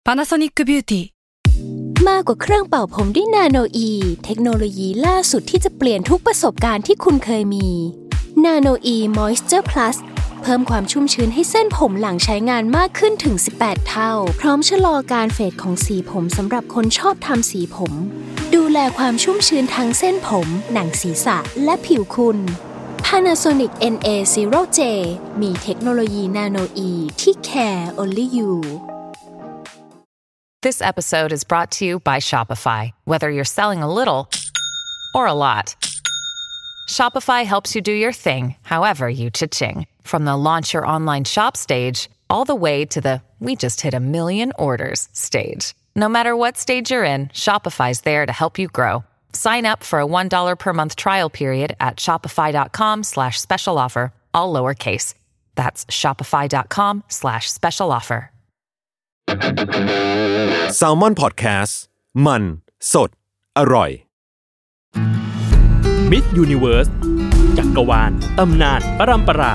Panasonic Beauty มากกว่าเครื่องเป่าผมด้วยนาโนอีเทคโนโลยีล่าสุดที่จะเปลี่ยนทุกประสบการณ์ที่คุณเคยมีนาโนอีมอยส์เจอร์พลัสเพิ่มความชุ่มชื้นให้เส้นผมหลังใช้งานมากขึ้นถึง18เท่าพร้อมชะลอการเฟดของสีผมสำหรับคนชอบทำสีผมดูแลความชุ่มชื้นทั้งเส้นผมหนังศีรษะและผิวคุณ Panasonic NA0J มีเทคโนโลยีนาโนอีที่ care only you This episode is brought to you by Shopify. Whether you're selling a little or a lot, Shopify helps you do your thing, however you cha-ching. From the launch your online shop stage, all the way to the we just hit 1 million orders stage. No matter what stage you're in, Shopify's there to help you grow. Sign up for a $1 per month trial period at shopify.com/special offer, all lowercase. That's shopify.com/special offer. Salmon Podcast มันสดอร่อย Miss Universe จักรวาลตำนานปรัมปรา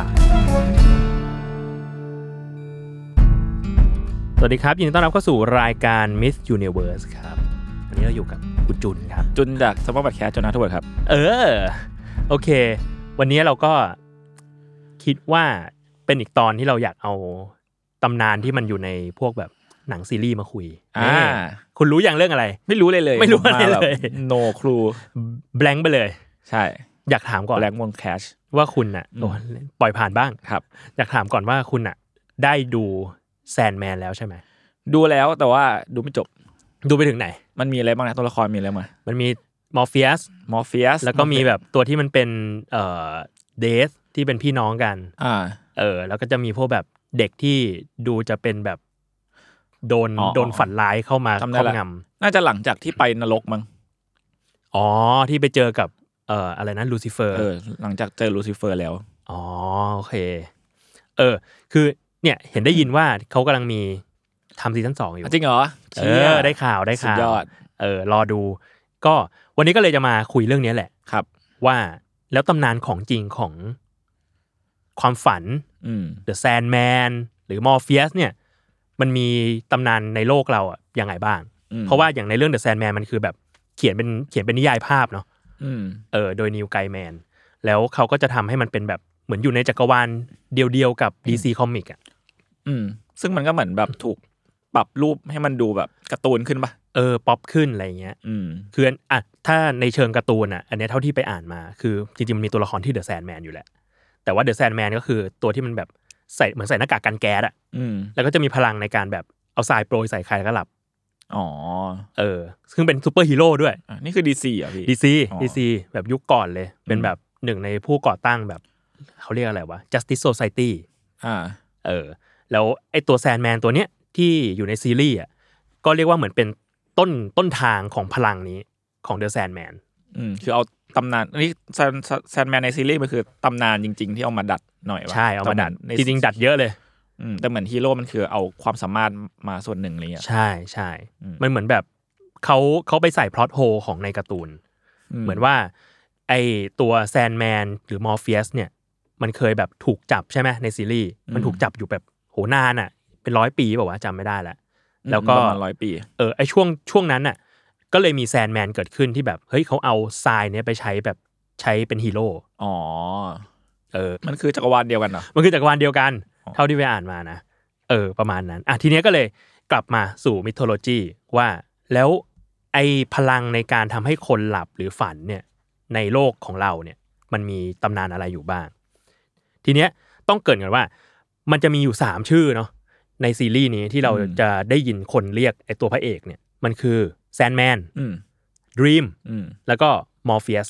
สวัสดีครับยินดีต้อนรับเข้าสู่รายการ Miss Universe ครับวันนี้เราอยู่กับคุณจุนครับจุนจาก Salmon Podcast จนนะทุกคนครับโอเควันนี้เราก็คิดว่าเป็นอีกตอนที่เราอยากเอาตำนานที่มันอยู่ในพวกแบบหนังซีรีส์มาคุยคุณรู้อย่างเรื่องอะไรไม่รู้เลยไม่รู้อะไรเลย no clue blank ไปเลยใช่อยากถามก่อน blank one cash ว่าคุณน่ะปล่อยผ่านบ้างครับอยากถามก่อนว่าคุณน่ะได้ดูแซนด์แมนแล้วใช่ไหมดูแล้วแต่ว่าดูไม่จบดูไปถึงไหนมันมีอะไรบ้างนะตัวละครมีอะไรมามันมีมอร์เฟียสแล้วก็มีแบบตัวที่มันเป็นเดธที่เป็นพี่น้องกันแล้วก็จะมีพวกแบบเด็กที่ดูจะเป็นแบบโดนฝันร้ายเข้ามาครอบงำน่าจะหลังจากที่ไปนรกมั้งที่ไปเจอกับอะไรนะลูซิเฟอร์หลังจากเจอลูซิเฟอร์แล้วโอเคคือเนี่ยเห็นได้ยินว่าเขากำลังมีทำซีซั่น2อยู่จริงเหรอได้ข่าวสุดยอดรอดูก็วันนี้ก็เลยจะมาคุยเรื่องนี้แหละครับว่าแล้วตำนานของจริงของความฝันThe Sandman หรือ Morpheus เนี่ยมันมีตำนานในโลกเราอ่ะยังไงบ้างเพราะว่าอย่างในเรื่อง The Sandman มันคือแบบเขียนเป็นนิยายภาพเนาะโดยนิวไกแมนแล้วเขาก็จะทำให้มันเป็นแบบเหมือนอยู่ในจักรวาลเดียวๆกับ DC Comics อ่ะซึ่งมันก็เหมือนแบบถูกปรับรูปให้มันดูแบบการ์ตูนขึ้นป่ะป๊อปขึ้นอะไรเงี้ยคืออ่ะถ้าในเชิงการ์ตูนอ่ะอันนี้เท่าที่ไปอ่านมาคือจริงๆมันมีตัวละครที่ The Sandman อยู่แหละแต่ว่า The Sandman ก็คือตัวที่มันแบบเหมือนใส่หน้ากากกันแก๊สอ่ะแล้วก็จะมีพลังในการแบบเอาทรายโปรยใส่ใครแล้วก็หลับซึ่งเป็นซูเปอร์ฮีโร่ด้วยนี่คือ DC อ่ะพี่ DC แบบยุคก่อนเลยเป็นแบบหนึ่งในผู้ก่อตั้งแบบเขาเรียกอะไรวะ Justice Society แล้วไอ้ตัวแซนแมนตัวเนี้ยที่อยู่ในซีรีส์อ่ะก็เรียกว่าเหมือนเป็นต้นทางของพลังนี้ของ The Sandman คือเอาตำนานนี่แซนแมนในซีรีส์มันคือตำนานจริงๆที่เอามาดัดหน่อยวะใช่เอามาดัดจริงๆดัดเยอะเลยแต่เหมือนฮีโร่มันคือเอาความสามารถมาส่วนหนึ่งอะไรเงี้ยใช่มันเหมือนแบบเขาไปใส่พล็อตโฮของในการ์ตูนเหมือนว่าไอตัวแซนแมนหรือมอร์เฟียสเนี่ยมันเคยแบบถูกจับใช่ไหมในซีรีส์มันถูกจับอยู่แบบโหนานอ่ะเป็น100 ปีแบบว่าจำไม่ได้แล้วแล้วก็ประมาณ100 ปีไอช่วงนั้นน่ะก็เลยมีแซนแมนเกิดขึ้นที่แบบเฮ้ยเขาเอาทรายเนี่ยไปใช้เป็นฮีโร่มันคือจักรวาลเดียวกันเหรอมันคือจักรวาลเดียวกันเท่าที่ไปอ่านมานะประมาณนั้นทีเนี้ยก็เลยกลับมาสู่มิโทโลจีว่าแล้วไอพลังในการทำให้คนหลับหรือฝันเนี่ยในโลกของเราเนี่ยมันมีตำนานอะไรอยู่บ้างทีเนี้ยต้องเกริ่นก่อนว่ามันจะมีอยู่3ชื่อเนาะในซีรีส์นี้ที่เราจะได้ยินคนเรียกไอตัวพระเอกเนี่ยมันคือแซนแมนDream แล้วก็มอร์เฟียส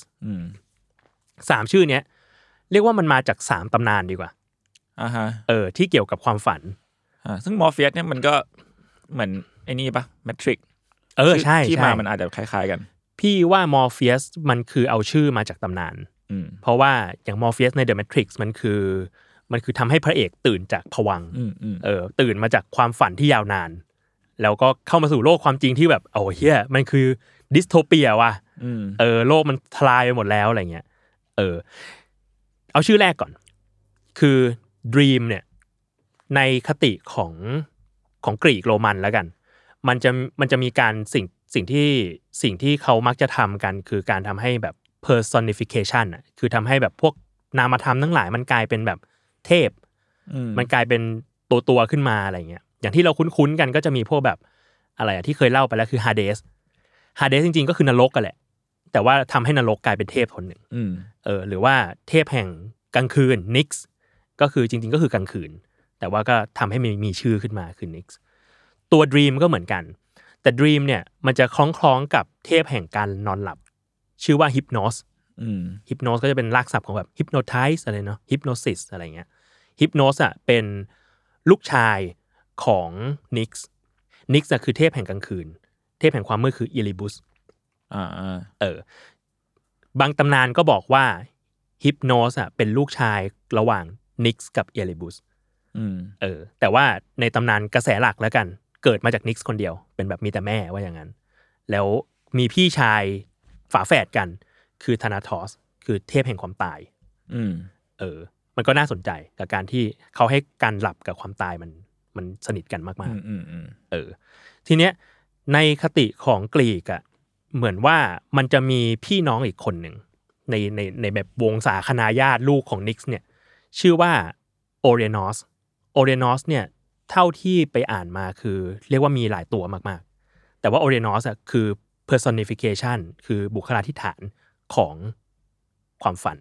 3ชื่อเนี้ยเรียกว่ามันมาจาก3ตำนานดีกว่าที่เกี่ยวกับความฝันซึ่งมอร์เฟียสเนี่ยมันก็เหมือนไอ้นี่ป่ะแมทริกซ์ใช่ที่มามันอาจจะคล้ายๆกันพี่ว่ามอร์เฟียสมันคือเอาชื่อมาจากตำนานเพราะว่าอย่างมอร์เฟียสในเดอะแมทริกซ์มันคือทำให้พระเอกตื่นจากภวังค์ตื่นมาจากความฝันที่ยาวนานแล้วก็เข้ามาสู่โลกความจริงที่แบบโอ้เหี้ยมันคือดิสโทเปียว่ะโลกมันทลายไปหมดแล้วอะไรเงี้ยเอาชื่อแรกก่อนคือ Dream เนี่ยในคติของกรีกโรมันแล้วกันมันจะมีการสิ่งที่เขามักจะทำกันคือการทำให้แบบ personification อ่ะคือทำให้แบบพวกนามธรรมทั้งหลายมันกลายเป็นแบบเทพมันกลายเป็นตัวขึ้นมาอะไรเงี้ยอย่างที่เราคุ้นๆกันก็จะมีพวกแบบอะไรอ่ะที่เคยเล่าไปแล้วคือ Hades จริงๆก็คือนรกกันแหละแต่ว่าทำให้นรกกลายเป็นเทพคนหนึ่งหรือว่าเทพแห่งกลางคืน Nyx ก็คือจริงๆก็คือกลางคืนแต่ว่าก็ทำให้มีชื่อขึ้นมาคือ Nyx ตัว Dream ก็เหมือนกันแต่ Dream เนี่ยมันจะคล้องกับเทพแห่งการนอนหลับชื่อว่า Hypnos Hypnos ก็จะเป็นรากศัพท์ของแบบ hypnotize อะไรเนาะ hypnosis อะไรเงี้ย Hypnos อ่ะเป็นลูกชายของ Nyx อ่ะคือเทพแห่งกลางคืนเทพแห่งความมืดคือ Erebus บางตำนานก็บอกว่า Hypnos อ่ะเป็นลูกชายระหว่าง Nyx กับ Erebus แต่ว่าในตำนานกระแสหลักแล้วกันเกิดมาจาก Nyx คนเดียวเป็นแบบมีแต่แม่ว่าอย่างนั้นแล้วมีพี่ชายฝาแฝดกันคือ Thanatos คือเทพแห่งความตายมันก็น่าสนใจกับการที่เขาให้การหลับกับความตายมันสนิทกันมากๆทีเนี้ยในคติของกรีกอ่ะเหมือนว่ามันจะมีพี่น้องอีกคนหนึ่งในแบบวงศาคณาญาติลูกของ Nyx เนี่ยชื่อว่า Orenos เนี่ยเท่าที่ไปอ่านมาคือเรียกว่ามีหลายตัวมากๆแต่ว่า Orenos อ่ะคือ personification คือบุคลาธิฐานของความฝัน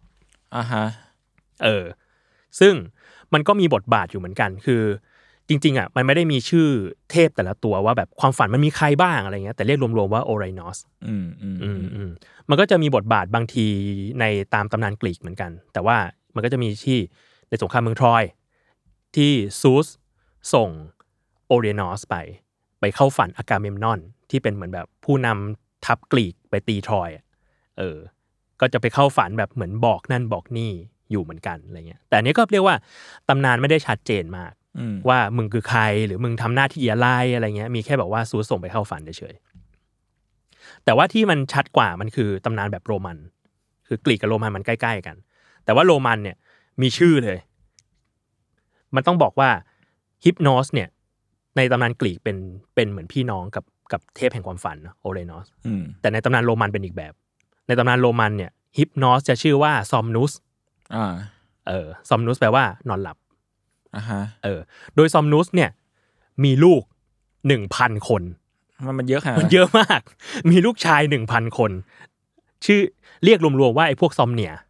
ซึ่งมันก็มีบทบาทอยู่เหมือนกันคือจริงๆอ่ะมันไม่ได้มีชื่อเทพแต่ละตัวว่าแบบความฝันมันมีใครบ้างอะไรเงี้ยแต่เรียกรวมๆว่า Orenos มันก็จะมีบทบาทบางทีในตามตำนานกรีกเหมือนกันแต่ว่ามันก็จะมีที่ในสงครามเมืองทรอยที่ซูสส่งโอเรนอสไปเข้าฝันอากาเมมนอนที่เป็นเหมือนแบบผู้นำทัพกรีกไปตีทรอยก็จะไปเข้าฝันแบบเหมือนบอกนั่นบอกนี่อยู่เหมือนกันอะไรเงี้ยแต่อันนี้ก็เรียกว่าตำนานไม่ได้ชัดเจนมากว่ามึงคือใครหรือมึงทำหน้าที่อะไรเงี้ยมีแค่แบบว่าซูสส่งไปเข้าฝันเฉยๆแต่ว่าที่มันชัดกว่ามันคือตำนานแบบโรมันคือกรีกกับโรมันมันใกล้ๆกันแต่ว่าโรมันเนี่ยมีชื่อเลยมันต้องบอกว่าฮิปโนสเนี่ยในตำนานกรีกเป็นเหมือนพี่น้องกับเทพแห่งความฝันโอเรนอสแต่ในตำนานโรมันเป็นอีกแบบในตำนานโรมันเนี่ยฮิปโนสจะชื่อว่าซอมนุสซอมนุสแปลว่านอนหลับโดยซอมนุสเนี่ยมีลูก 1,000 คนมันเยอะขนาดมันเยอะมากมีลูกชาย 1,000 คนชื่อเรียกรวมๆว่าไอ้พวกซอมเนีย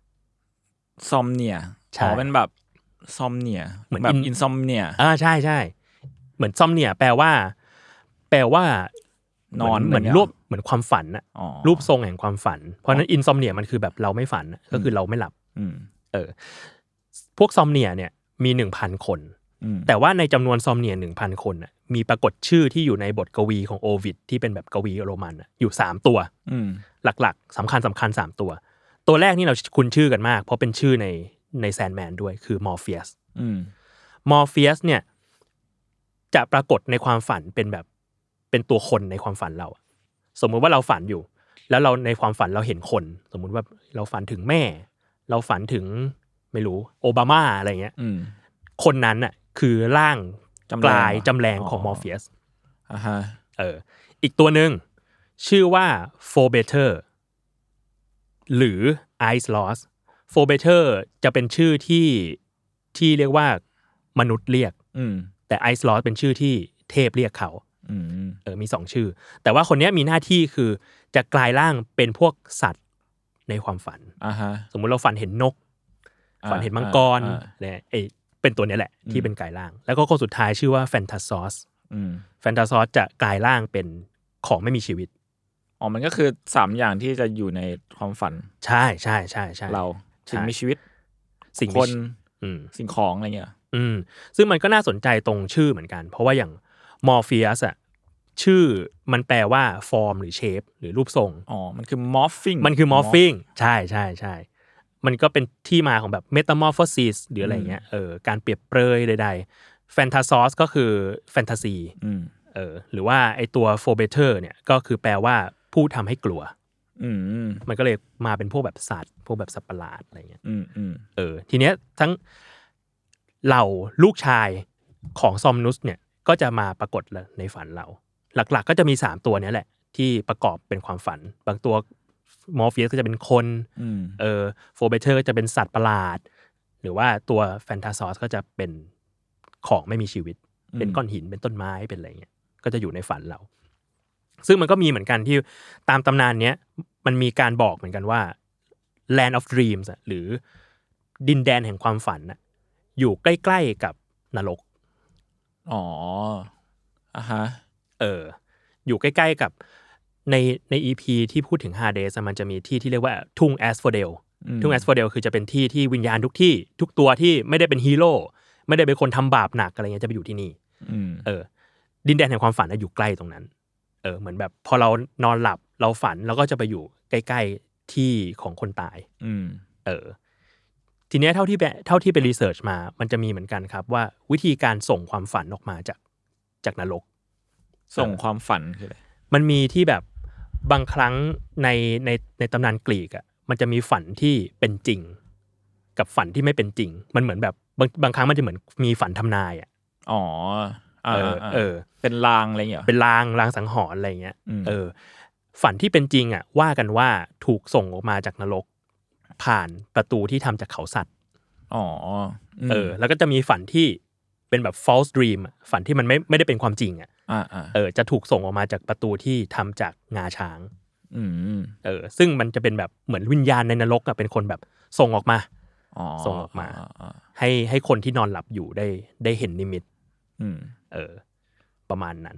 เป็นแบบซอมเนียเหมือนแบบอินซอมเนียใช่ๆเหมือนซอมเนียแปลว่านอนเหมือนรูปเหมือนความฝันน่ะรูปทรงแห่งความฝันเพราะนั้นอินซอมเนียมันคือแบบเราไม่ฝันก็คือเราไม่หลับพวกซอมเนียเนี่ยมี 1,000 คนแต่ว่าในจำนวนซอมเนีย 1,000 คนน่ะมีปรากฏชื่อที่อยู่ในบทกวีของโอวิดที่เป็นแบบกวีโรมันอยู่3ตัวหลักๆสำคัญ3ตัวแรกนี่เราคุ้นชื่อกันมากเพราะเป็นชื่อในแซนด์แมนด้วยคือมอร์เฟียสเนี่ยจะปรากฏในความฝันเป็นตัวคนในความฝันเราสมมุติว่าเราฝันอยู่แล้วเราในความฝันเราเห็นคนสมมุติว่าเราฝันถึงแม่เราฝันถึงไม่รู้โอบามาอะไรเงี้ยคนนั้นน่ะคือร่างกลายจำแรงของมอร์เฟียสอีกตัวนึงชื่อว่าโฟเบเทอร์หรือไอซ์ลอสโฟเบเทอร์จะเป็นชื่อที่เรียกว่ามนุษย์เรียกแต่ไอซ์ลอสเป็นชื่อที่เทพเรียกเขามี2ชื่อแต่ว่าคนนี้มีหน้าที่คือจะกลายร่างเป็นพวกสัตว์ในความฝันสมมุติเราฝันเห็นนกฝันเห็นมังกรเนี่ยเป็นตัวนี้แหละที่เป็นกลายร่างแล้วก็คนสุดท้ายชื่อว่าแฟนตาซอสจะกลายร่างเป็นของไม่มีชีวิตมันก็คือ3อย่างที่จะอยู่ในความฝันใช่เราสิ่งมีชีวิตสิ่งคนสิ่งของอะไรเงี้ยซึ่งมันก็น่าสนใจตรงชื่อเหมือนกันเพราะว่าอย่างมอร์ฟีอัสชื่อมันแปลว่าฟอร์มหรือเชฟหรือรูปทรงมันคือมอร์ฟิงใช่มันก็เป็นที่มาของแบบเมตามอร์โฟซิสหรืออะไรเงี้ยการเปรียบเปรยใดๆแฟนตาซอสก็คือแฟนตาซีหรือว่าไอตัวโฟเบเทอร์เนี่ยก็คือแปลว่าผู้ทำให้กลัวมันก็เลยมาเป็นพวกแบบสัตว์พวกแบบสัตว์ประหลาดอะไรเงี้ยทีเนี้ยทั้งเหล่าลูกชายของซอมนุสเนี่ยก็จะมาปรากฏในฝันเราหลักๆก็จะมี3ตัวนี้แหละที่ประกอบเป็นความฝันบางตัวมอร์ฟีสก็จะเป็นคนโฟเบเทอร์ก็จะเป็นสัตว์ประหลาดหรือว่าตัวแฟนตาซอสก็จะเป็นของไม่มีชีวิตเป็นก้อนหินเป็นต้นไม้เป็นอะไรเงี้ยก็จะอยู่ในฝันเราซึ่งมันก็มีเหมือนกันที่ตามตำนานเนี้ยมันมีการบอกเหมือนกันว่า Land of Dreams หรือดินแดนแห่งความฝันอยู่ใกล้ๆกับนรกอ๋ออ่ะฮะอยู่ใกล้ๆกับใน EP ที่พูดถึง Hades มันจะมีที่ที่เรียกว่าทุ่งแอสโฟเดลทุ่งแอสโฟเดลคือจะเป็นที่ที่วิญญาณทุกที่ทุกตัวที่ไม่ได้เป็นฮีโร่ไม่ได้เป็นคนทำบาปหนักอะไรเงี้ยจะไปอยู่ที่นี่ดินแดนแห่งความฝันอยู่ใกล้ตรงนั้นเหมือนแบบพอเรานอนหลับเราฝันเราก็จะไปอยู่ใกล้ๆที่ของคนตายทีเนี้ยเท่าที่ไปรีเสิร์ชมามันจะมีเหมือนกันครับว่าวิธีการส่งความฝันออกมาจากนรกส่งความฝันคืออะไรมันมีที่แบบบางครั้งในตำนานกรีกมันจะมีฝันที่เป็นจริงกับฝันที่ไม่เป็นจริงมันเหมือนแบบบางครั้งมันจะเหมือนมีฝันทำนายอ๋อเป็นลางอะไรเงี้ยเป็นลางสังหรณ์อะไรเงี้ยฝันที่เป็นจริงว่ากันว่าถูกส่งออกมาจากนรกผ่านประตูที่ทำจากเขาสัตว์แล้วก็จะมีฝันที่เป็นแบบ false dream ฝันที่มันไม่ได้เป็นความจริงจะถูกส่งออกมาจากประตูที่ทำจากงาช้างซึ่งมันจะเป็นแบบเหมือนวิญญาณในนรกเป็นคนแบบส่งออกมาให้คนที่นอนหลับอยู่ได้เห็นนิมิตประมาณนั้น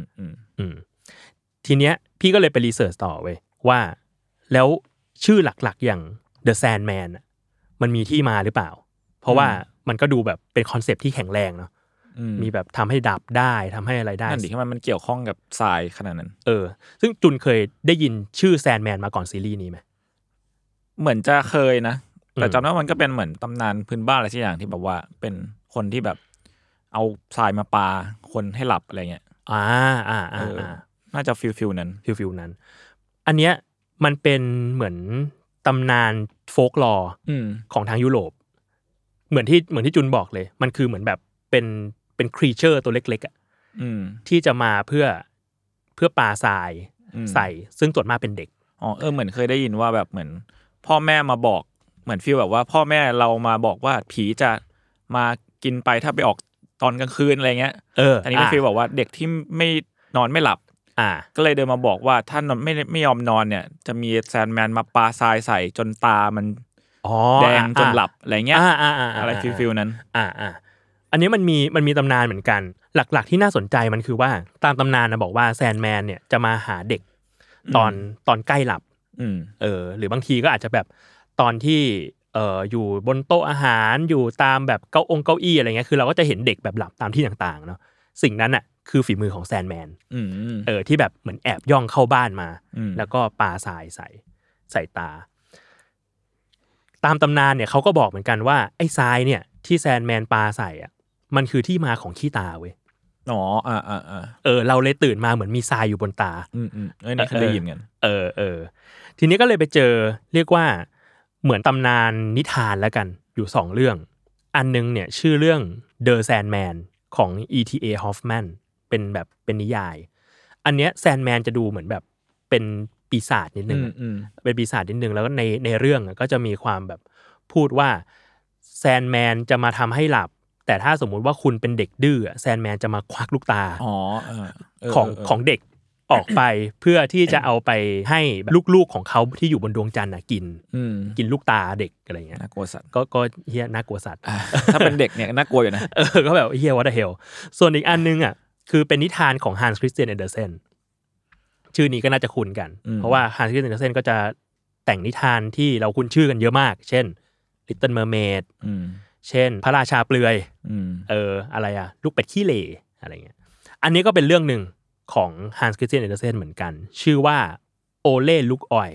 ทีเนี้ยพี่ก็เลยไปรีเสิร์ชต่อเว้ยว่าแล้วชื่อหลักๆอย่าง The Sandman มันมีที่มาหรือเปล่าเพราะว่ามันก็ดูแบบเป็นคอนเซปต์ที่แข็งแรงเนาะมีแบบทำให้ดับได้ทำให้อะไรได้นั่นดิมันเกี่ยวข้องกับทรายขนาดนั้นซึ่งจุนเคยได้ยินชื่อ Sandman มาก่อนซีรีส์นี้ไหมเหมือนจะเคยนะแต่จำได้ว่ามันก็เป็นเหมือนตำนานพื้นบ้านอะไรสักอย่างที่แบบว่าเป็นคนที่แบบเอาทรายมาปาคนให้หลับอะไรเงี้ยน่าจะฟิลนั้นอันเนี้ยมันเป็นเหมือนตำนานโฟกลอร์ของทางยุโรปเหมือนที่จุนบอกเลยมันคือเหมือนแบบเป็นครีเชอร์ตัวเล็กๆที่จะมาเพื่อปาทรายใส่ซึ่งส่วนมากเป็นเด็กเหมือนเคยได้ยินว่าแบบเหมือนพ่อแม่มาบอกเหมือนฟีลแบบว่าพ่อแม่เรามาบอกว่าผีจะมากินไปถ้าไปออกตอนกลางคืนอะไรเงี้ยอันนี้เป็นฟีลบอกว่าเด็กที่ไม่นอนไม่หลับก็เลยเดินมาบอกว่าถ้านอนไม่ยอมนอนเนี่ยจะมีแซนแมนมาปาทรายใส่จนตามันแดงจนหลับอะไรเงี้ยอะไรฟิลนั้นอันนี้มันมีตำนานเหมือนกันหลักๆที่น่าสนใจมันคือว่าตามตำนานนะบอกว่าแซนแมนเนี่ยจะมาหาเด็กตอนใกล้หลับหรือบางทีก็อาจจะแบบตอนที่อยู่บนโต๊ะอาหารอยู่ตามแบบเก้าอี้อะไรเงี้ยคือเราก็จะเห็นเด็กแบบหลับตามที่ต่างๆเนาะสิ่งนั้นน่ะคือฝีมือของแซนแมนที่แบบเหมือนแอบย่องเข้าบ้านมาแล้วก็ปาทรายใส่ตาตามตำนานเนี่ยเขาก็บอกเหมือนกันว่าไอ้ทรายเนี่ยที่แซนแมนปาใส่มันคือที่มาของขี้ตาเว้ยเราเลยตื่นมาเหมือนมีทรายอยู่บนตานี่เคยได้ยินกันทีนี้ก็เลยไปเจอเรียกว่าเหมือนตำนานนิทานแล้วกันอยู่2เรื่องอันนึงเนี่ยชื่อเรื่อง The Sandman ของ E.T.A. Hoffman เป็นนิยายอันเนี้ยแซนแมนจะดูเหมือนแบบเป็นปีศาจนิดนึงเป็นปีศาจนิดนึงแล้วก็ในเรื่องก็จะมีความแบบพูดว่าแซนแมนจะมาทำให้หลับแต่ถ้าสมมุติว่าคุณเป็นเด็กดื้อแซนแมนจะมาควักลูกตาของเด็กออกไปเพื่อที่จะเอาไปให้ลูกๆของเขาที่อยู่บนดวงจันทร์กินลูกตาเด็กอะไรเงี้ยน่ากลัวสัตว์ก็เฮียน่ากลัวสัตว์ถ้าเป็นเด็กเนี่ยน่ากลัวอยู่นะก็แบบเฮียwhat the hell ส่วนอีกอันนึงคือเป็นนิทานของ Hans Christian Andersen ชื่อนี้ก็น่าจะคุ้นกันเพราะว่า Hans Christian Andersen ก็จะแต่งนิทานที่เราคุ้นชื่อกันเยอะมากเช่น Little Mermaid เช่นพระราชาเปลือยอะไรลูกเป็ดขี้เหร่อะไรเงี้ยอันนี้ก็เป็นเรื่องนึงของ Hans Christian Andersen เหมือนกันชื่อว่า Ole Look Oil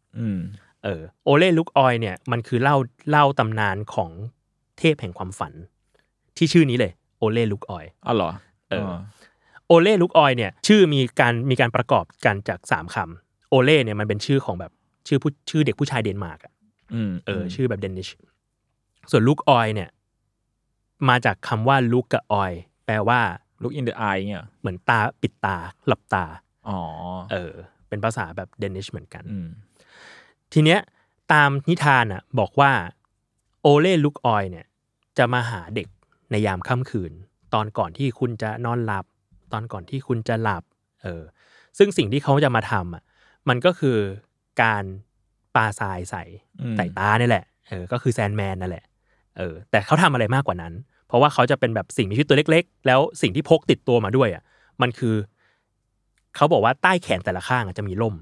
Ole Look Oil เนี่ยมันคือเล่าตำนานของเทพแห่งความฝันที่ชื่อนี้เลย Ole Look Oil อ๋อเหรอ Ole Look Oil เนี่ยชื่อมีการประกอบกันจาก3คำ Ole เนี่ยมันเป็นชื่อของแบบชื่อเด็กผู้ชายเดนมาร์กชื่อแบบเดนิชส่วน Look Oil เนี่ยมาจากคำว่า Look กับ Oil แปลว่า look in the eye เงี้ยเหมือนตาปิดตาหลับตาอ๋อเป็นภาษาแบบเดนิชเหมือนกันทีเนี้ยตามนิทานอ่ะบอกว่าโอเล่ลุกออยเนี่ยจะมาหาเด็กในยามค่ำคืนตอนก่อนที่คุณจะนอนหลับตอนก่อนที่คุณจะหลับซึ่งสิ่งที่เขาจะมาทำอ่ะมันก็คือการปาทรายใส่ตาเนี่ยแหละก็คือแซนแมนนั่นแหละแต่เขาทำอะไรมากกว่านั้นเพราะว่าเขาจะเป็นแบบสิ่งมีชีวิตตัวเล็กๆแล้วสิ่งที่พกติดตัวมาด้วยอ่ะมันคือเขาบอกว่าใต้แขนแต่ละข้างจะมีร่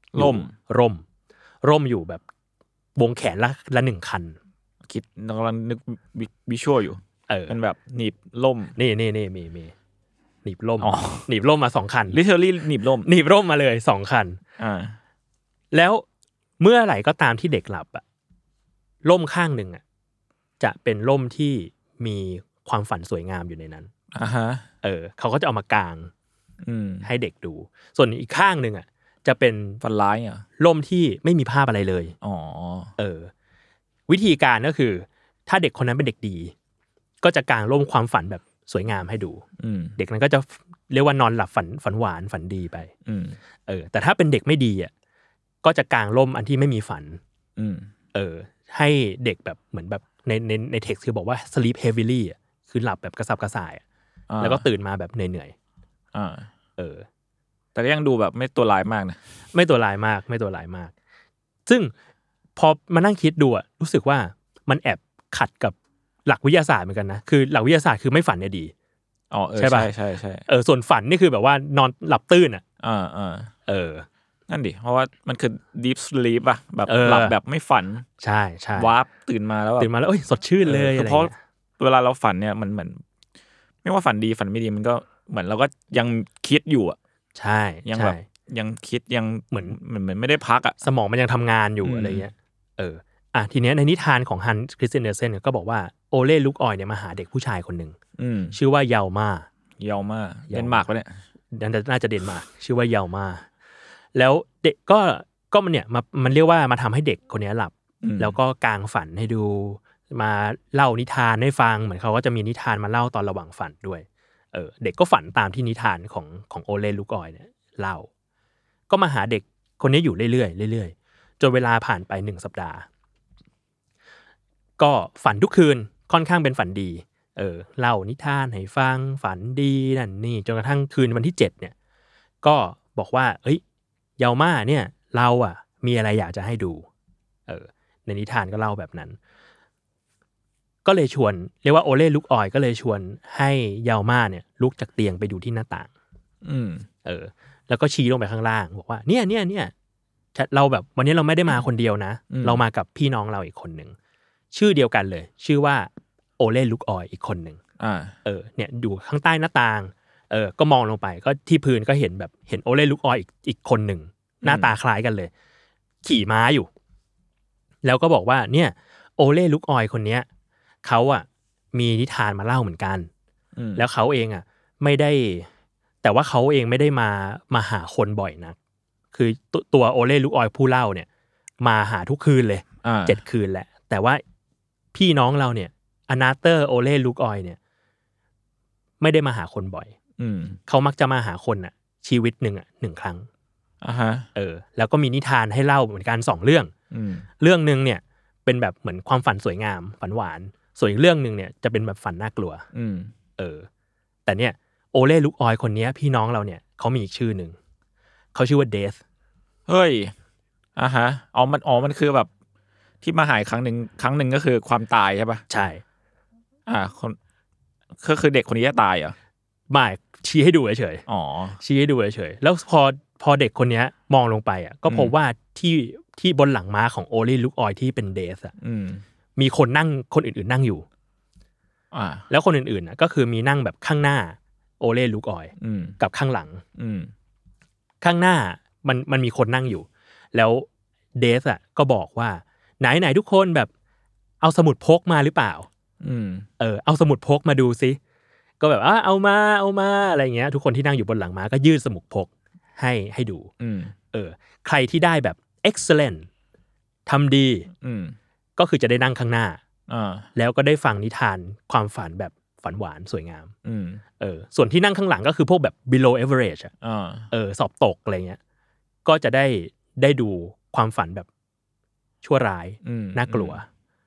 มอยู่แบบวงแขนละ1คันคิดกำลังนึกวิชวลอยู่เป็นแบบหนีบร่มนี่มีหนีบร่มมา2คัน literally หนีบร่มมาเลย2คันแล้วเมื่อไหร่ก็ตามที่เด็กหลับอ่ะร่มข้างนึงอ่ะจะเป็นร่มที่มีความฝันสวยงามอยู่ในนั้นเขาก็จะเอามากางให้เด็กดูส่วนอีกข้างนึงอ่ะจะเป็นฝันร้ายอ่ะร่มที่ไม่มีภาพอะไรเลยวิธีการก็คือถ้าเด็กคนนั้นเป็นเด็กดีก็จะกางร่มความฝันแบบสวยงามให้ดูเด็กนั้นก็จะเรียกว่านอนหลับฝันหวานฝันดีไปแต่ถ้าเป็นเด็กไม่ดีอ่ะก็จะกางร่มอันที่ไม่มีฝันให้เด็กแบบเหมือนแบบในเท็กซ์คือบอกว่า sleep heavily อ่ะคือหลับแบบกระสับกระส่ายแล้วก็ตื่นมาแบบเหนื่อยแต่ก็ยังดูแบบไม่ตัวร้ายมากนะไม่ตัวร้ายมากซึ่งพอมานั่งคิดดูอ่ะรู้สึกว่ามันแอบขัดกับหลักวิทยาศาสตร์เหมือนกันนะคือหลักวิทยาศาสตร์คือไม่ฝันเนี่ยดีใช่ป่ะใช่ส่วนฝันนี่คือแบบว่านอนหลับตื่นอ่ะนั่นดิเพราะว่ามันคือ deep sleep อ่ะแบบหลับแบบไม่ฝันใช่วาร์ปตื่นมาแล้วเอ้ยสดชื่นเลยอะไรเพราะเวลาเราฝันเนี่ยมันเหมือนไม่ว่าฝันดีฝันไม่ดีมันก็เหมือนเราก็ยังคิดอยู่อ่ะใช่ยังแบบยังคิดยังเหมือนไม่ได้พักอ่ะสมองมันยังทำงานอยู่อะไรเงี้ยทีเนี้ยในนิทานของฮันส์คริสเตียนเดอร์เซนก็บอกว่าโอเล่ลุกออยเนี่ยมาหาเด็กผู้ชายคนหนึ่งชื่อว่าเยาม่าเดนมาร์กปะเนี่ยน่าจะเดนมาร์กชื่อว่าเยาม่าแล้วเด็กก็มันเนี่ยมันเรียกว่ามาทำให้เด็กคนนี้หลับแล้วก็กางฝันให้ดูมาเล่านิทานให้ฟังเหมือนเขาก็จะมีนิทานมาเล่าตอนระหว่างฝันด้วยเด็กก็ฝันตามที่นิทานของโอเล่ลุกออยเนี่ยเล่าก็มาหาเด็กคนนี้อยู่เรื่อยจนเวลาผ่านไป1สัปดาห์ก็ฝันทุกคืนค่อนข้างเป็นฝันดีเล่านิทานให้ฟังฝันดีนั่นนี่จนกระทั่งคืนวันที่7เนี่ยก็บอกว่าเอ้ยเยาม่าเนี่ยเราอ่ะมีอะไรอยากจะให้ดูในนิทานก็เล่าแบบนั้นก็เลยชวนเรียกว่าโอเล่ลุกออยก็เลยชวนให้เยาม่าเนี่ยลุกจากเตียงไปดูที่หน้าต่างแล้วก็ชี้ลงไปข้างล่างบอกว่าเนี่ยเราแบบวันนี้เราไม่ได้มาคนเดียวนะเรามากับพี่น้องเราอีกคนนึงชื่อเดียวกันเลยชื่อว่าโอเล่ลุกออยอีกคนนึงเนี่ยอยู่ข้างใต้หน้าต่างก็มองลงไปก็ที่พื้นก็เห็นแบบเห็นโอเล่ลุกออยอีกคนนึงหน้าตาคล้ายกันเลยขี่ม้าอยู่แล้วก็บอกว่าเนี่ยโอเล่ลุกออยคนเนี้ยเขาอ่ะมีนิทานมาเล่าเหมือนกันแล้วเขาเองอ่ะไม่ได้แต่ว่าเขาเองไม่ได้มาหาคนบ่อยนักคือตัวโอเล่ลุกออยผู้เล่าเนี่ยมาหาทุกคืนเลย7คืนแหละแต่ว่าพี่น้องเราเนี่ยอนาเตอร์โอเล่ลุกออยเนี่ยไม่ได้มาหาคนบ่อยเขามักจะมาหาคนอ่ะชีวิตนึงอ่ะ1ครั้งแล้วก็มีนิทานให้เล่าเหมือนกัน2เรื่องเรื่องนึงเนี่ยเป็นแบบเหมือนความฝันสวยงามฝันหวานส่วนอีกเรื่องนึงเนี่ยจะเป็นแบบฝันน่ากลัวแต่เนี่ยโอเล่ลุกออยคนนี้พี่น้องเราเนี่ยเขามีอีกชื่อนึงเขาชื่อว่าเดธเฮ้ยมันคือแบบที่มาหายครั้งหนึ่งก็คือความตายใช่ปะใช่คนก็คือเด็กคนนี้จะตายเหรอไม่ชี้ให้ดูเฉยๆชี้ให้ดูเฉยๆแล้วพอเด็กคนนี้มองลงไปอ่ะก็พบว่าที่บนหลังม้าของโอเล่ลุกออยที่เป็นเดธอ่ะมีคนอื่นๆนั่งอยู่แล้วคนอื่นๆน่ะก็คือมีนั่งแบบข้างหน้าโอเล่ลุกออยกับข้างหลังข้างหน้ามันมีคนนั่งอยู่แล้วเดธอ่ะก็บอกว่าไหนทุกคนแบบเอาสมุดพกมาหรือเปล่าเอาสมุดพกมาดูซิก็แบบเอามาอะไรเงี้ยทุกคนที่นั่งอยู่บนหลังม้าก็ยื่นสมุดพกให้ดูใครที่ได้แบบ excellent ทำดีก็คือจะได้นั่งข้างหน้าแล้วก็ได้ฟังนิทานความฝันแบบฝันหวานสวยงามส่วนที่นั่งข้างหลังก็คือพวกแบบ below average อ่ะสอบตกอะไรเงี้ยก็จะได้ดูความฝันแบบชั่วร้ายน่ากลัว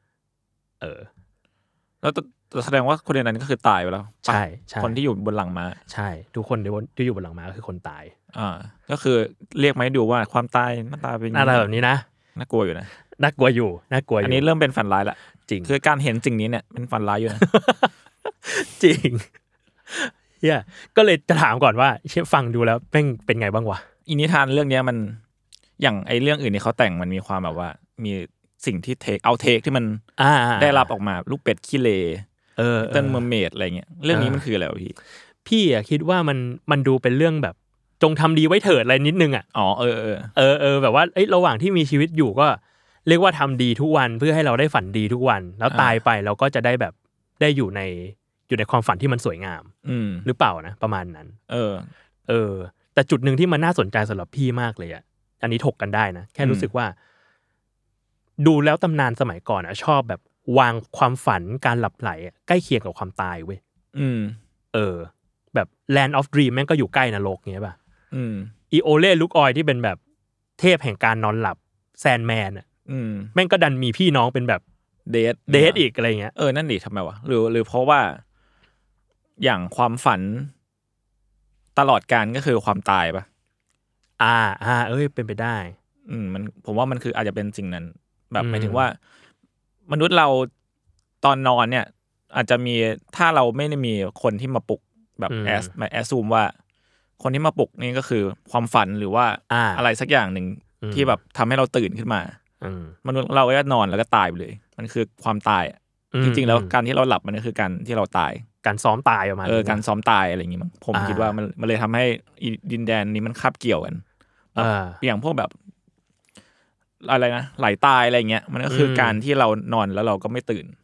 แล้วแสดงว่าคนในนั้นก็คือตายไปแล้วใช่คนที่อยู่บนหลังม้าใช่ทุกคนที่อยู่บนหลังม้าก็คือคนตายก็คือเรียกมาให้ดูว่าความตายหน้าตาเป็นอะไรแบบนี้นะน่ากลัวอยู่นะน่ากลัวอยู่อันนี้เริ่มเป็นฝันร้ายละจริงคือการเห็นสิ่งนี้เนี่ยเป็นฝันร้ายอยู่นะจริงเฮียก็เลยจะถามก่อนว่าฟังดูแล้วเป็นไงบ้างวะอีนิทานเรื่องนี้มันอย่างไอเรื่องอื่นที่เขาแต่งมันมีความแบบว่ามีสิ่งที่เทคที่มันได้รับออกมาลูกเป็ดขี้เลเต้นเมอร์เมดอะไรเงี้ยเรื่องนี้มันคืออะไรวะพี่คิดว่ามันดูเป็นเรื่องแบบจงทำดีไว้เถิดอะไรนิดนึงอ่ะแบบว่าระหว่างที่มีชีวิตอยู่ก็เรียกว่าทำดีทุกวันเพื่อให้เราได้ฝันดีทุกวันแล้วตายไปเราก็จะได้แบบได้อยู่ในความฝันที่มันสวยงามหรือเปล่านะประมาณนั้นแต่จุดนึงที่มันน่าสนใจสำหรับพี่มากเลยอ่ะอันนี้ถกกันได้นะแค่รู้สึกว่าดูแล้วตำนานสมัยก่อนอ่ะชอบแบบวางความฝันการหลับไหลใกล้เคียงกับความตายเว้ยแบบ Land of Dream แม่งก็อยู่ใกล้นรกเงี้ยป่ะอีโอเล่ลูกออยที่เป็นแบบเทพแห่งการนอนหลับแซนแมนอ่ะแม่งก็ดันมีพี่น้องเป็นแบบเดทอีกอะไรเงี้ยนั่นดิทำไมวะหรือเพราะว่าอย่างความฝันตลอดกาลก็คือความตายป่ะเป็นไปได้มันผมว่ามันคืออาจจะเป็นสิ่งนั้นแบบหมายถึงว่ามนุษย์เราตอนนอนเนี่ยอาจจะมีถ้าเราไม่ได้มีคนที่มาปลุกแบบแอสซูมว่าคนที่มาปลุกนี่ก็คือความฝันหรือว่าอะไรสักอย่างหนึ่งที่แบบทำให้เราตื่นขึ้นมามนุษย์เราก็นอนแล้วก็ตายไปเลยมันคือความตายจริงๆแล้วการที่เราหลับมันก็คือการที่เราตายการซ้อมตายประมาณการซ้อมตายอะไรอย่างงี้มั้งผมคิดว่ามันเลยทำให้ดินแดนนี้มันคาบเกี่ยวกันอย่างพวกแบบอะไรนะไหลตายอะไรเงี้ยมันก็คือการที่เรานอนแล้วเราก็ไม่ตื่น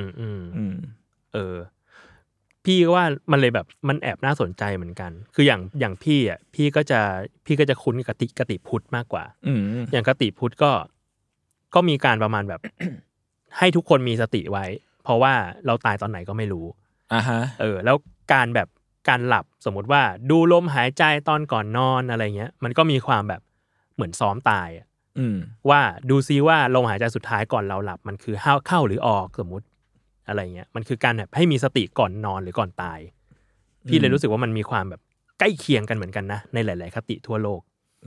พี่ก็ว่ามันเลยแบบมันแอบน่าสนใจเหมือนกันคืออย่างพี่ก็จะคุ้นกับกติพุทธมากกว่าอย่างกติพุทธก็มีการประมาณแบบ ให้ทุกคนมีสติไว้เพราะว่าเราตายตอนไหนก็ไม่รู้แล้วการหลับสมมติว่าดูลมหายใจตอนก่อนนอนอะไรเงี้ยมันก็มีความแบบเหมือนซ้อมตายว่าดูซิว่าลมหายใจสุดท้ายก่อนเราหลับมันคือเข้าหรือออกสมมติอะไรเงี้ยมันคือการแบบให้มีสติก่อนนอนหรือก่อนตายพี่เลยรู้สึกว่ามันมีความแบบใกล้เคียงกันเหมือนกันนะในหลายๆคติทั่วโลก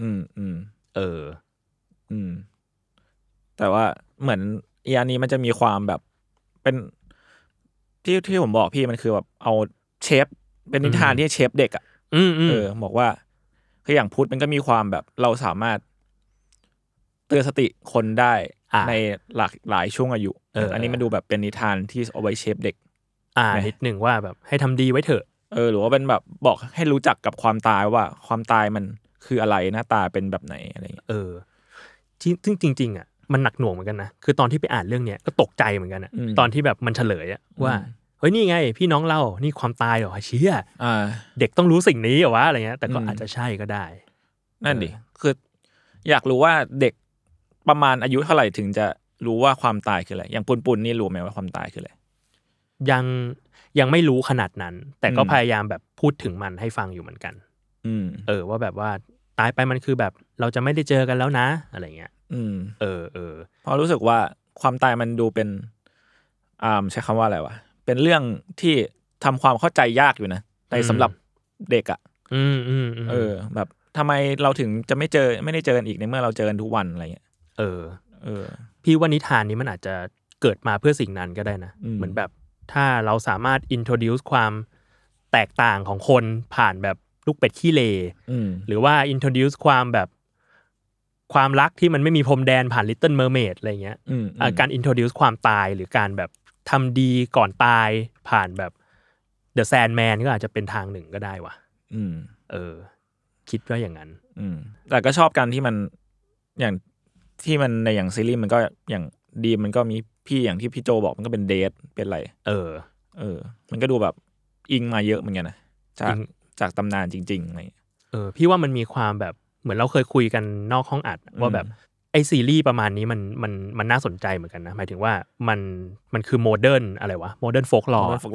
แต่ว่าเหมือนอันนี้มันจะมีความแบบเป็นที่ผมบอกพี่มันคือแบบเอาเชฟเป็นนิทานที่เชฟเด็กบอกว่าคืออย่างพุทธมันก็มีความแบบเราสามารถเตือนสติคนได้ในหลายช่วงอายุอันนี้มันดูแบบเป็นนิทานที่เอาไว้เชฟเด็กนิดหนึ่งว่าแบบให้ทำดีไว้เถอะหรือว่าเป็นแบบบอกให้รู้จักกับความตายว่าความตายมันคืออะไรหน้าตาเป็นแบบไหนอะไรอย่างเงี้ยซึ่งจริงๆอ่ะมันหนักหน่วงเหมือนกันนะคือตอนที่ไปอ่านเรื่องเนี้ยก็ตกใจเหมือนกันนะตอนที่แบบมันเฉลยว่าเฮ้ยนี่ไงพี่น้องเล่านี่ความตายเหรอเชี่ยเด็กต้องรู้สิ่งนี้เหรอวะอะไรเงี้ยแต่ก็อาจจะใช่ก็ได้นั่นดิคืออยากรู้ว่าเด็กประมาณอายุเท่าไหร่ถึงจะรู้ว่าความตายคืออะไรอย่างปุนนี่รู้ไหมว่าความตายคืออะไรยังไม่รู้ขนาดนั้นแต่ก็พยายามแบบพูดถึงมันให้ฟังอยู่เหมือนกันว่าแบบว่าตายไปมันคือแบบเราจะไม่ได้เจอกันแล้วนะอะไรเงี้ยพอรู้สึกว่าความตายมันดูเป็นใช้คำว่าอะไรวะเป็นเรื่องที่ทำความเข้าใจยากอยู่นะในสำหรับเด็กแบบทำไมเราถึงจะไม่ได้เจอกันอีกในเมื่อเราเจอกันทุกวันอะไรเงี้ยพี่ว่านิทานนี้มันอาจจะเกิดมาเพื่อสิ่งนั้นก็ได้นะเหมือนแบบถ้าเราสามารถ introduce ความแตกต่างของคนผ่านแบบลูกเป็ดขี้เลหรือว่า introduce ความแบบความรักที่มันไม่มีพรมแดนผ่าน Little Mermaid อะไรเงี้ยการ introduce ความตายหรือการแบบทำดีก่อนตายผ่านแบบ The Sandman ก็อาจจะเป็นทางหนึ่งก็ได้ว่ะคิดว่าอย่างนั้นแต่ก็ชอบกันที่มันอย่างที่มันในอย่างซีรีส์มันก็อย่างดีมันก็มีพี่อย่างที่พี่โจบอกมันก็เป็นเดทเป็นอะไรมันก็ดูแบบอิงมาเยอะเหมือนกันนะจากตำนานจริงๆอะไรพี่ว่ามันมีความแบบเหมือนเราเคยคุยกันนอกห้องอัดว่าแบบไอซีรีส์ประมาณนี้มันน่าสนใจเหมือนกันนะหมายถึงว่ามันคือโมเดิร์นอะไรวะโมเดิร์นโฟล์คลอร์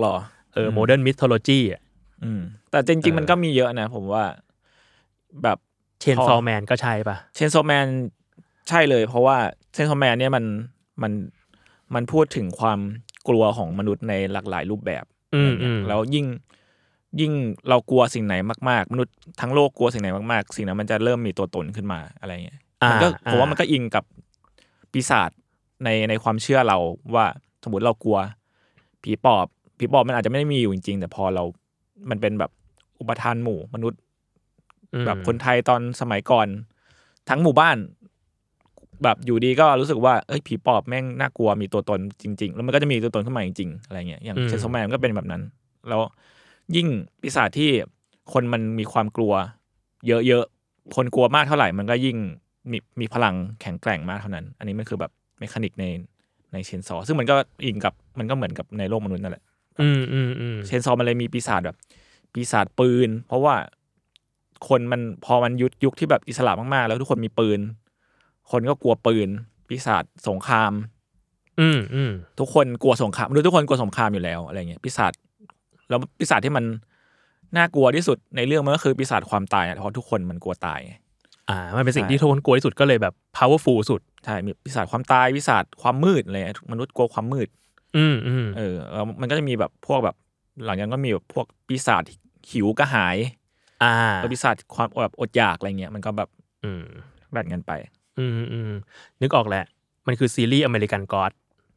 โมเดิร์นมิทโทโลจีอ่ะแต่จริงๆมันก็มีเยอะนะผมว่าแบบเชนซอว์แมนก็ใช่ป่ะเชนซอว์แมนใช่เลยเพราะว่าเชนซอว์แมนเนี่ยมันพูดถึงความกลัวของมนุษย์ในหลากหลายรูปแบบแล้วยิ่งเรากลัวสิ่งไหนมากๆมนุษย์ทั้งโลกกลัวสิ่งไหนมากๆสิ่งนั้นมันจะเริ่มมีตัวตนขึ้นมาอะไรเงี้ยมันก็ผมว่ามันก็อิงกับปีศาจในความเชื่อเราว่าสมมติเรากลัวผีปอบมันอาจจะไม่ได้มีอยู่จริงๆแต่พอมันเป็นแบบอุปทานหมู่มนุษย์แบบคนไทยตอนสมัยก่อนทั้งหมู่บ้านแบบอยู่ดีก็รู้สึกว่าผีปอบแม่งน่ากลัวมีตัวตนจริงๆแล้วมันก็จะมีตัวตนขึ้นมาจริงๆอะไรเงี้ยอย่างเชนซอว์แมนก็เป็นแบบนั้นแล้วยิ่งปีศาจที่คนมันมีความกลัวเยอะๆคนกลัวมากเท่าไหร่มันก็ยิ่งมีพลังแข็งแกร่งมากเท่านั้นอันนี้มันคือแบบเมคานิกในเชนซอว์ซึ่งมันก็อิงกับมันก็เหมือนกับในโลกมนุษย์นั่นแหละเชนซอว์มันเลยมีปีศาจแบบปีศาจปืนเพราะว่าคนมันพอมันยุคที่แบบอิสระมากๆแล้วทุกคนมีปืนคนก็กลัวปืนปีศาจสงครามทุกคนกลัวสงครามมนุษย์ทุกคนกลัวสงครามอยู่แล้วอะไรเงี้ยปีศาจแล้วปีศาจที่มันน่ากลัวที่สุดในเรื่องมันก็คือปีศาจความตายเพราะทุกคนมันกลัวตายมันเป็นสิ่งที่ทุกคนกลัวที่สุดก็เลยแบบ powerful สุดใช่มีปีศาจความตายปีศาจความมืดอะไรมนุษย์กลัวความมืดมันก็จะมีแบบพวกแบบหลังจากนั้นก็มีแบบพวกปีศาจหิวกระหายปีศาจความแบบอดอยากอะไรเงี้ยมันก็แบบแบ่งกันไปนึกออกแหละมันคือซีรีส์อเมริกันก็อด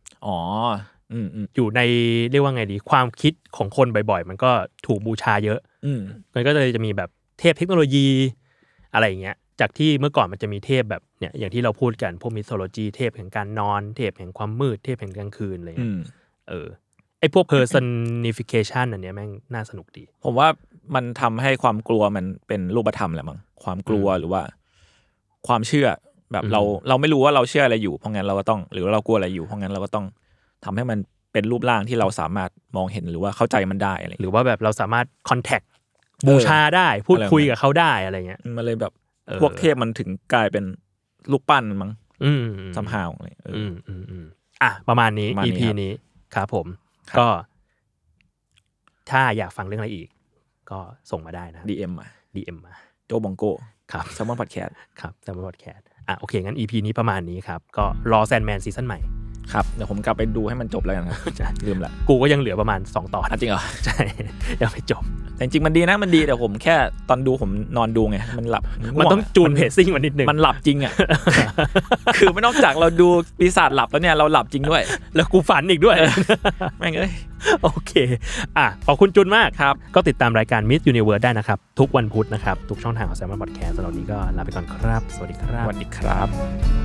อยู่ในเรียกว่าไงดีความคิดของคนบ่อยๆมันก็ถูกบูชาเยอะมันก็เลยจะมีแบบเทพเทคโนโลยีอะไรอย่างเงี้ยจากที่เมื่อก่อนมันจะมีเทพแบบเนี่ยอย่างที่เราพูดกันพวกมิทโทโลจีเทพแห่งการนอนเทพแห่งความมืดเทพแห่งกลางคืนอะไรเงี้ยไอ้พวก personification อันเนี้ยแม่งน่าสนุกดีผมว่ามันทำให้ความกลัวมันเป็นรูปธรรมแหละมั้งความกลัวหรือว่าความเชื่อแบบเราไม่รู้ว่าเราเชื่ออะไรอยู่เพราะงั้นเราก็ต้องหรือว่าเรากลัวอะไรอยู่เพราะงั้นเราก็ต้องทำให้มันเป็นรูปร่างที่เราสามารถมองเห็นหรือว่าเข้าใจมันได้อะไรหรือว่าแบบเราสามารถ contact บูชาได้พูดคุยกับเขาได้อะไรเงี้ยมันเลยแบบพวกเทพมันถึงกลายเป็นรูปปั้นมั้งซัมฮาวอะไรประมาณนี้ EP นี้ครับผมก็ถ้าอยากฟังเรื่องอะไรอีกก็ส่งมาได้นะ DM มาโจบองโก้ครับ Salmon Podcast ครับ Salmon Podcast โอเคงั้น EP นี้ประมาณนี้ครับก็รอแซนด์แมนซีซั่นใหม่ครับเดี๋ยวผมกลับไปดูให้มันจบแล้วกันครับลืมละกูก็ยังเหลือประมาณ2ตอนจริงเหรอใช่ยังไม่จบแต่จริงมันดีนะมันดีแต่ผมแค่ตอนดูผมนอนดูไงมันหลับมันต้องจูนเพซซิ่งมันนิดนึงมันหลับจริงอ่ะคือไม่นอกจากเราดูปีศาจหลับแล้วเนี่ยเราหลับจริงด้วยแล้วกูฝันอีกด้วยแม่งเอ้ยโอเคขอบคุณจุนมากครับก็ติดตามรายการ Miss Universe ได้นะครับทุกวันพุธนะครับทุกช่องทางของ Salmon Podcast สำหรับวันนี้ก็ลาไปก่อนครับสวัสดีครับสวัสดีครับ